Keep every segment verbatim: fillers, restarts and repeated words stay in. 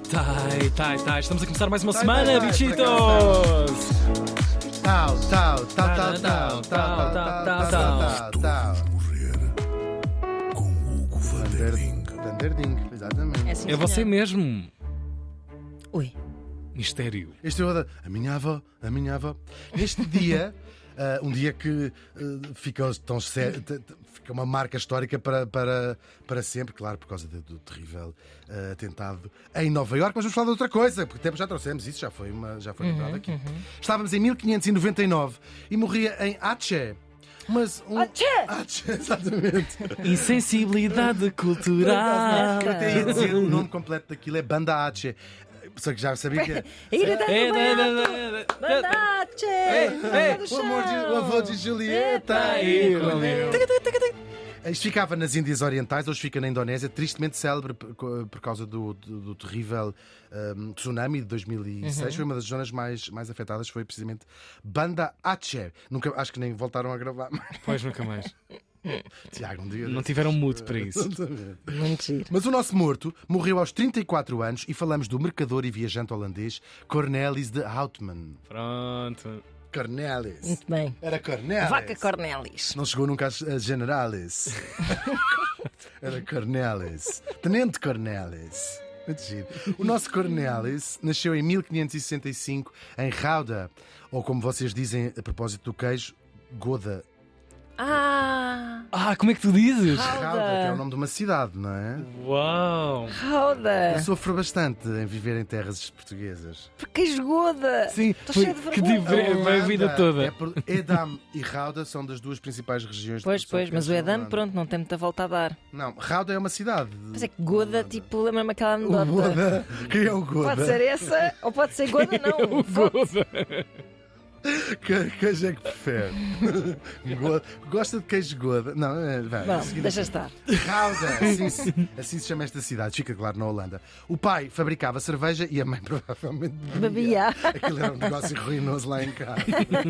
Tai, tai, tai. Estamos a começar mais uma Tai, semana, tai, tai, bichitos! Tal, tal, tal, tal, tal, tal, tal, tal, tal, tal. Morrer com Hugo Vanderding. Vanderding, exatamente. É, sim, É você senhor. mesmo. Ui. Mistério. Este é o da a minha avó, a minha avó. Neste dia, ah, um dia que ah, fica tão sério, t- t- fica uma marca histórica para, para, para sempre, claro, por causa do, do terrível ah, atentado em Nova Iorque. Mas vamos falar de outra coisa, porque tempo já trouxemos isso, já foi, uma, já foi lembrado aqui. Estávamos em mil quinhentos e noventa e nove e morria em Aceh. Mas um... Aceh! Aceh, exatamente. Insensibilidade cultural. Eu até ia dizer o nome completo daquilo é Banda Aceh. Só que já sabia que é. Ir dando É, é, banho, é, é, bandache! é. O amor de, o avô de Julieta. aí, E valeu. Isto ficava nas Índias Orientais, hoje fica na Indonésia, tristemente célebre por, por causa do, do, do terrível um, tsunami de dois mil e seis. Foi uma das zonas mais, mais afetadas, foi precisamente Banda Aceh. Nunca, acho que nem voltaram a gravar. Pois nunca mais. Tiago, um dia Não tiveram mute para isso. Muito giro. Mas o nosso morto morreu aos trinta e quatro anos e falamos do mercador e viajante holandês Cornelis de Houtman. Pronto. Cornelis. Muito bem. Era Cornelis. Vaca Cornelis. Não chegou nunca às às Generalis. Era Cornelis. Tenente Cornelis. Muito giro. O nosso Cornelis nasceu em mil quinhentos e sessenta e cinco em Gouda, ou como vocês dizem a propósito do queijo, Gouda. Ah! Ah, como é que tu dizes? Gouda, que é o nome de uma cidade, não é? Uau! Roda! Eu sofro bastante em viver em terras portuguesas. Porque esgoda! Sim, Estou foi, cheia de que vergonha. diferente, vai a vida Holanda toda. É por... Edam e Gouda são das duas principais regiões de Pois, produção pois, de mas o queijo na Edam, Holanda. pronto, não tem muita volta a dar. Não, Gouda é uma cidade. Mas é que Goda, tipo, lembra-me aquela O anedota. Goda. Quem é o Goda? Pode ser essa, ou pode ser Goda, não. Que queijo é que prefere? Go- Gosta de queijo Goda? Não, é, vai, Bom, a seguir- deixa estar. Gouda, assim, se- assim se chama esta cidade, fica claro na Holanda. O pai fabricava cerveja e a mãe provavelmente Bebia. Aquilo era um negócio ruinoso lá em casa.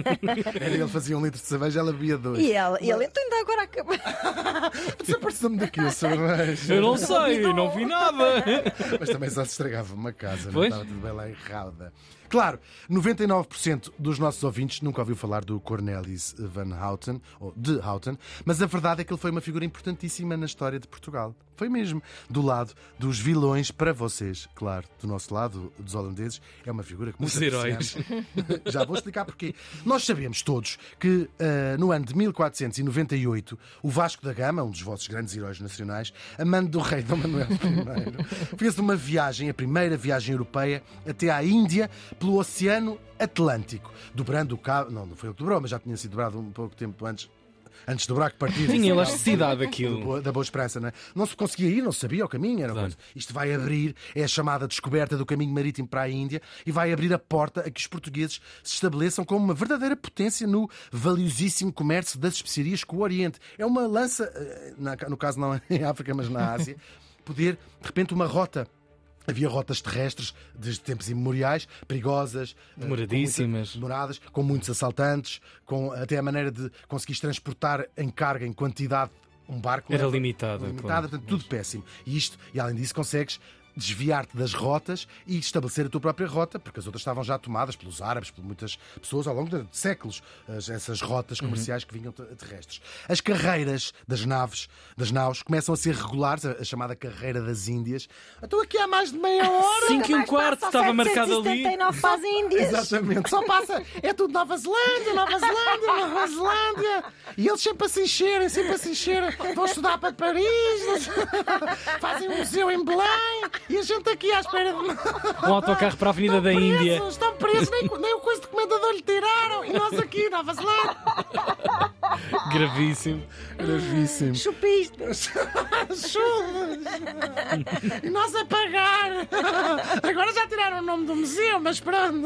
Era ele fazia um litro de cerveja, ela bebia dois. E ela, e ele, então ainda agora acaba. Desapareceu-me daqui a cerveja. Eu não sei, não vi nada. Mas também só se estragava uma casa, não Pois. estava tudo bem lá em Gouda. Claro, noventa e nove por cento dos nossos ouvintes nunca ouviu falar do Cornelis van Houten, ou de Houten, mas a verdade é que ele foi uma figura importantíssima na história de Portugal. Foi mesmo. Do lado dos vilões, para vocês, claro, do nosso lado, dos holandeses, é uma figura que muito Os heróis. apreciamos. Já vou explicar porquê. Nós sabemos todos que ah, no ano de mil quatrocentos e noventa e oito, o Vasco da Gama, um dos vossos grandes heróis nacionais, a mando do rei Dom Manuel I, fez uma viagem, a primeira viagem europeia, até à Índia, pelo Oceano Atlântico, dobrando o cabo. Não, não foi ele que dobrou, mas já tinha sido dobrado um pouco tempo antes. Antes do buraco partir. Tinha elasticidade aquilo. Boa- Da Boa Esperança, não é? Não se conseguia ir, não se sabia o caminho. Era uma Claro. coisa. Isto vai abrir, é a chamada descoberta do caminho marítimo para a Índia e vai abrir a porta a que os portugueses se estabeleçam como uma verdadeira potência no valiosíssimo comércio das especiarias com o Oriente. É uma lança, eh, na- no caso não em África, mas na Ásia, poder, de repente, uma rota. Havia rotas terrestres desde tempos imemoriais, perigosas, eh, Demoradíssimas. com muita- demoradas, com muitos assaltantes, com até a maneira de conseguir transportar em carga, em quantidade, um barco. Era leva- limitada, limitada, claro. portanto, tudo péssimo. E isto, e além disso, consegues desviar-te das rotas e estabelecer a tua própria rota, porque as outras estavam já tomadas pelos árabes, por muitas pessoas ao longo de séculos, as- essas rotas comerciais que vinham te- terrestres. As carreiras das naves, das naus, começam a ser regulares, a, a chamada carreira das Índias. Estou aqui há mais de meia hora. cinco e um quarto estava marcado ali. para as Índias. Exatamente, só passa, é tudo Nova Zelândia, Nova Zelândia, Nova Zelândia. E eles sempre a se encherem, sempre a se encherem. Vão estudar para Paris, fazem um museu em Belém e a gente aqui à espera de. Um autocarro para a Avenida da Estão presos, Índia. Estão presos, nem, nem o coisa de comendador lhe tiraram. E nós aqui, Nova Zelândia. Gravíssimo. Gravíssimo. Chupistas. Chulas. E nós a pagar. Agora já tiraram o nome do museu, mas pronto.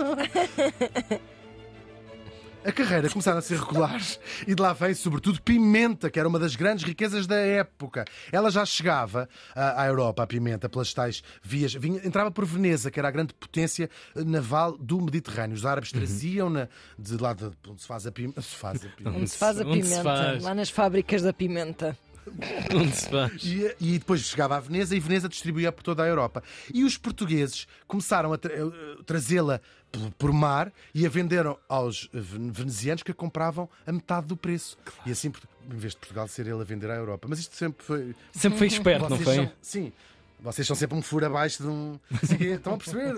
A carreira começaram a ser regulares e de lá veio sobretudo pimenta, que era uma das grandes riquezas da época. Ela já chegava à, à Europa, a pimenta, pelas tais vias. Vinha, entrava por Veneza, que era a grande potência naval do Mediterrâneo. Os árabes traziam-na de lá de onde se faz a pimenta. Se faz a pimenta. Onde se faz a Onde se pimenta. faz? Lá nas fábricas da pimenta. Onde se faz? E, e depois chegava a Veneza e Veneza distribuía por toda a Europa. E os portugueses começaram a tra a trazê-la por, por mar e a venderam aos venezianos que a compravam a metade do preço. E assim, em vez de Portugal ser ele a vender à Europa. Mas isto sempre foi. Sempre foi esperto, não Vocês foi? são- sim. Vocês são sempre um furo abaixo de um. Assim, estão a perceber?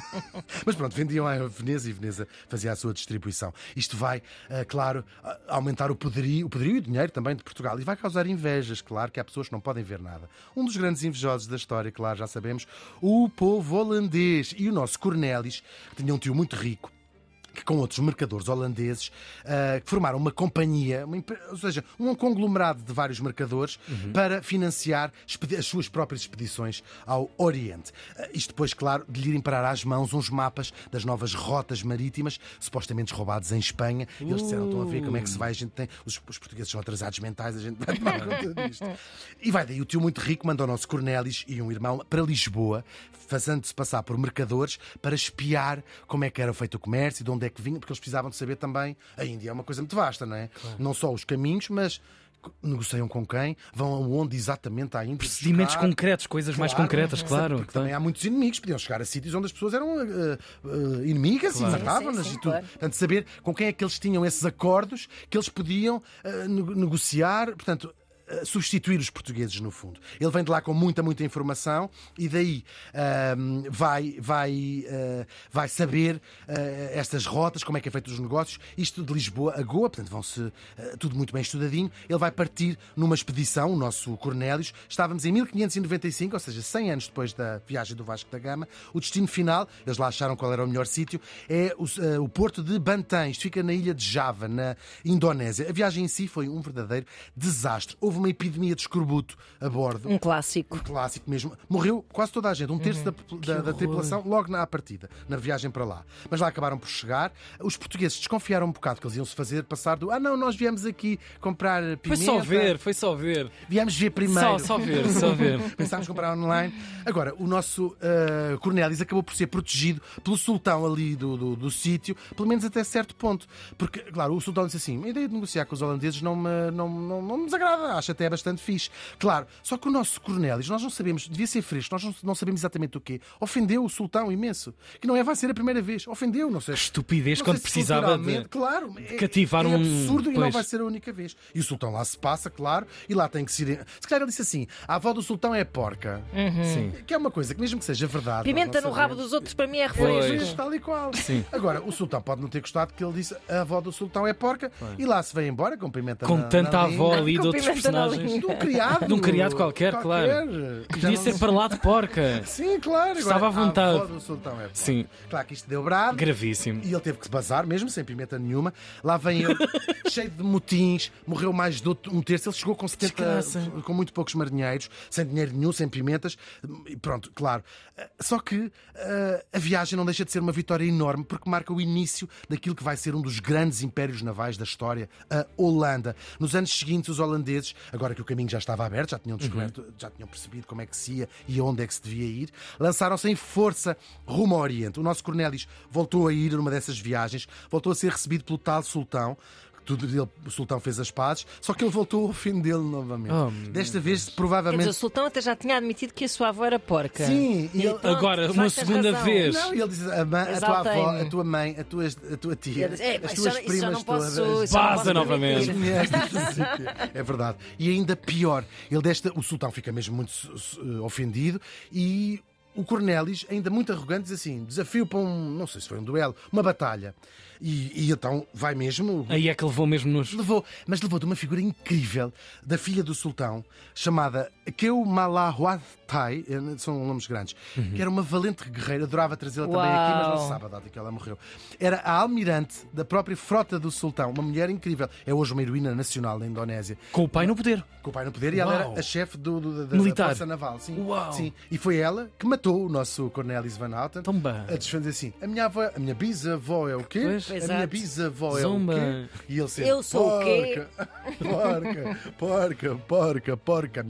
Mas pronto, vendiam à Veneza e Veneza fazia a sua distribuição. Isto vai, eh, claro, a- aumentar o poderio, o poderio e o dinheiro também de Portugal. E vai causar invejas, claro, que há pessoas que não podem ver nada. Um dos grandes invejosos da história, claro, já sabemos, o povo holandês. E o nosso Cornelis, que tinha um tio muito rico, que com outros mercadores holandeses uh, que formaram uma companhia, uma, ou seja, um conglomerado de vários mercadores uhum. para financiar as suas próprias expedições ao Oriente. Uh, isto depois, claro, de lhe irem parar às mãos uns mapas das novas rotas marítimas, supostamente roubados em Espanha. E eles disseram, estão a ver como é que se vai, a gente tem... Os, os portugueses são atrasados mentais, a gente vai tomar conta disto. E vai daí, o tio muito rico mandou o nosso Cornelis e um irmão para Lisboa, fazendo-se passar por mercadores para espiar como é que era feito o comércio e de onde é que vinha, porque eles precisavam de saber também. A Índia é uma coisa muito vasta, não é? Claro. Não só os caminhos, mas negociam com quem, vão aonde exatamente à Índia. Procedimentos buscar. concretos, coisas Claro, mais concretas, claro. Porque também há muitos inimigos, podiam chegar a sítios onde as pessoas eram uh, uh, inimigas Claro. e matavam-nas Sim, sim, e tudo. claro. Portanto, saber com quem é que eles tinham esses acordos que eles podiam uh, negociar, portanto, substituir os portugueses, no fundo. Ele vem de lá com muita, muita informação e daí um, vai, vai, uh, vai saber uh, estas rotas, como é que é feito os negócios. Isto de Lisboa a Goa, portanto, vão-se uh, tudo muito bem estudadinho. Ele vai partir numa expedição, o nosso Cornélios. Estávamos em mil quinhentos e noventa e cinco, ou seja, cem anos depois da viagem do Vasco da Gama. O destino final, eles lá acharam qual era o melhor sítio, é o, uh, o porto de Bantam. Isto fica na ilha de Java, na Indonésia. A viagem em si foi um verdadeiro desastre. Houve uma epidemia de escorbuto a bordo. Um clássico. Um clássico mesmo. Morreu quase toda a gente, um terço da, da, da tripulação, logo na partida, na viagem para lá. Mas lá acabaram por chegar. Os portugueses desconfiaram um bocado, que eles iam-se fazer passar do ah, não, nós viemos aqui comprar pimenta. Foi só ver, foi só ver. Viemos ver primeiro. Só, só ver, só ver. Pensámos comprar online. Agora, o nosso uh, Cornélis acabou por ser protegido pelo sultão ali do, do, do sítio, pelo menos até certo ponto. Porque, claro, o sultão disse assim: a ideia de negociar com os holandeses não me, não, não, não me desagrada, acho até bastante fixe. Claro, só que o nosso Cornélis, nós não sabemos, devia ser fresco, nós não, não sabemos exatamente o quê. Ofendeu o sultão imenso. Que não é, vai ser a primeira vez. Ofendeu, não sei. Estupidez Não quando sei se precisava de, culturalmente, claro, de é- cativar é um. absurdo e não Pois. vai ser a única vez. E o sultão lá se passa, claro, e lá tem que se ir. Se calhar ele disse assim: a avó do sultão é porca. Sim. Que é uma coisa que, mesmo que seja verdade. Pimenta nós não no rabo sabemos. dos outros para mim é Pois. refresco. Pois, tal e qual. Sim. Agora, o sultão pode não ter gostado que ele disse a avó do sultão é porca e lá se vai embora com pimenta Com na, tanta na avó língua. ali de Com outros pimenta na personagens. língua. De um criado. De um criado qualquer, claro. Já Podia não ser se- para lá de porca. Sim, claro. Estava Agora, à vontade. A avó do sultão é porca. Sim. Claro que isto deu brado. Gravíssimo. E ele teve que se bazar, mesmo sem pimenta nenhuma. Lá vem ele, cheio de motins, morreu mais de outro- um terço. Ele chegou com setenta, Desgraça. com muito poucos marinheiros, sem dinheiro nenhum, sem pimentas. E pronto, claro. Só que eh, a viagem não deixa de ser uma vitória enorme, porque marca o início daquilo que vai ser um dos grandes impérios navais da história, a Holanda. Nos anos seguintes, os holandeses, agora que o caminho já estava aberto, já tinham descoberto, já tinham percebido como é que se ia e onde é que se devia ir, lançaram-se em força rumo ao Oriente. O nosso Cornélis voltou a ir numa dessas viagens, voltou a ser recebido pelo tal sultão. Tudo dele, o sultão fez as pazes, só que ele voltou a ofendê-lo novamente. Oh, meu Desta vez, Quer provavelmente. dizer, o sultão até já tinha admitido que a sua avó era porca. Sim, e ele- Pronto, Agora, de uma facto, tens segunda razão. vez. Não, e ele diz a, mãe, a tua Exaltei-me. avó, a tua mãe, a tua, a tua tia, Ele diz, "É, pá, as isso tuas já- isso primas já não posso- todas. isso já não Vaza posso novamente. As mulheres, não sei o quê. É verdade. E ainda pior, ele desta, o sultão fica mesmo muito su- su- ofendido e o Cornélis, ainda muito arrogante, diz assim: desafio para um, não sei se foi um duelo, uma batalha. E, e então vai mesmo. Aí é que levou mesmo nos. Levou, mas levou de uma figura incrível da filha do sultão, chamada Keu Malahuatai, são nomes grandes, que era uma valente guerreira, adorava trazê-la também aqui, mas não Uau. se sabe a data que ela morreu. Era a almirante da própria frota do sultão, uma mulher incrível. É hoje uma heroína nacional da Indonésia. Com o pai no poder. Com o pai no poder, e ela Uau. era a chefe do, do- da, Militar. da Força Naval. Sim. Uau. Sim. E foi ela que matou o nosso Cornelis Van Houten. Tão bem. A defender assim: a minha, avó, a minha bisavó é o quê? Pois. A Exato. minha bisavó é Zumba. o quê? E ele sempre, Eu sou o quê? porca, porca, porca, porca, porca, miséria.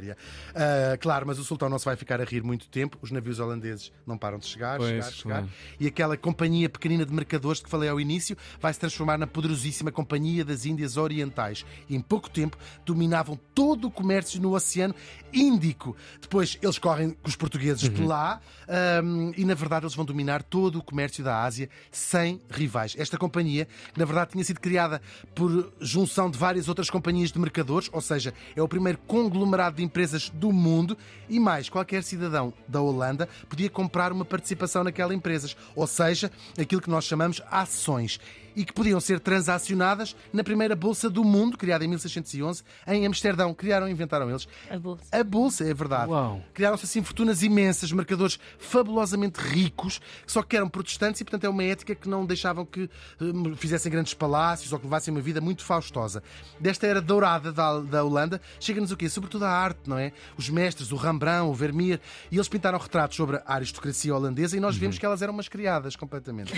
história. Uh, claro, mas o sultão não se vai ficar a rir muito tempo. Os navios holandeses não param de chegar, Pois, chegar, chegar. claro. E aquela companhia pequenina de mercadores de que falei ao início vai se transformar na poderosíssima Companhia das Índias Orientais. E em pouco tempo dominavam todo o comércio no Oceano Índico. Depois eles correm com os portugueses de lá um, e, na verdade, eles vão dominar todo o comércio da Ásia sem rivais. Esta companhia, que na verdade tinha sido criada por junção de várias outras companhias de mercadores, ou seja, é o primeiro conglomerado de empresas do mundo, e mais, qualquer cidadão da Holanda podia comprar uma participação naquelas empresas, ou seja, aquilo que nós chamamos ações, e que podiam ser transacionadas na primeira Bolsa do Mundo, criada em mil seiscentos e onze, em Amsterdão. Criaram e inventaram eles A bolsa. a Bolsa, é verdade. Uau. Criaram-se assim fortunas imensas, mercadores fabulosamente ricos, só que eram protestantes e, portanto, é uma ética que não deixavam que hum, fizessem grandes palácios ou que levassem uma vida muito faustosa. Desta era dourada da, da Holanda, chega-nos o quê? Sobretudo a arte, não é? Os mestres, o Rembrandt, o Vermeer, e eles pintaram retratos sobre a aristocracia holandesa e nós vemos que elas eram umas criadas completamente.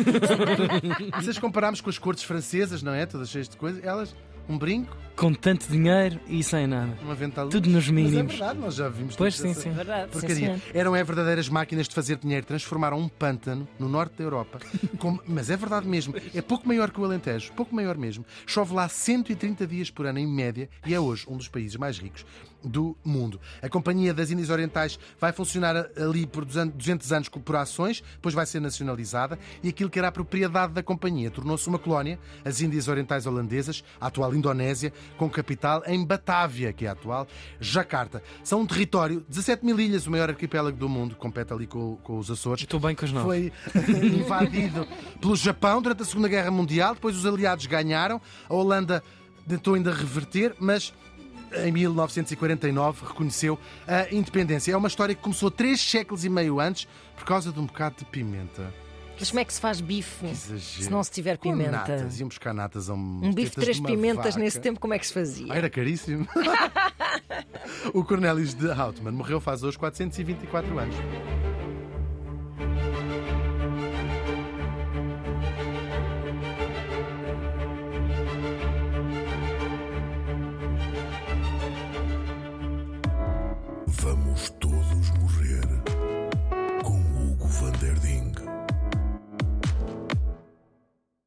E se as compararmos com as cortes francesas, não é? Todas cheias de coisas, elas, um brinco, Com tanto dinheiro e sem nada. uma venta Tudo nos Mas é mínimos. verdade, nós já vimos Pois tudo sim, essa- sim. Verdade, sim, Porcaria. senhor. Eram é verdadeiras máquinas de fazer dinheiro. Transformaram um pântano no norte da Europa. Como- Mas é verdade mesmo. É pouco maior que o Alentejo. Pouco maior mesmo. Chove lá cento e trinta dias por ano em média e é hoje um dos países mais ricos do mundo. A Companhia das Índias Orientais vai funcionar ali por duzentos anos por ações, depois vai ser nacionalizada e aquilo que era a propriedade da companhia tornou-se uma colónia, as Índias Orientais Holandesas, a atual Indonésia, com capital em Batávia, que é a atual Jacarta. São um território, dezassete mil ilhas, o maior arquipélago do mundo, compete ali com, com os Açores. Estou bem com os novos. Foi invadido pelo Japão durante a Segunda Guerra Mundial, depois os aliados ganharam, a Holanda tentou ainda reverter, mas em mil novecentos e quarenta e nove reconheceu a independência. É uma história que começou três séculos e meio antes por causa de um bocado de pimenta. Mas como é que se faz bife Exagero. se não se tiver Com pimenta? natas, íamos buscar natas a um, Um bife de tetas três uma pimentas vaca. nesse tempo, como é que se fazia? Ah, era caríssimo. O Cornélios de Houtman morreu faz hoje quatrocentos e vinte e quatro anos. Vamos todos.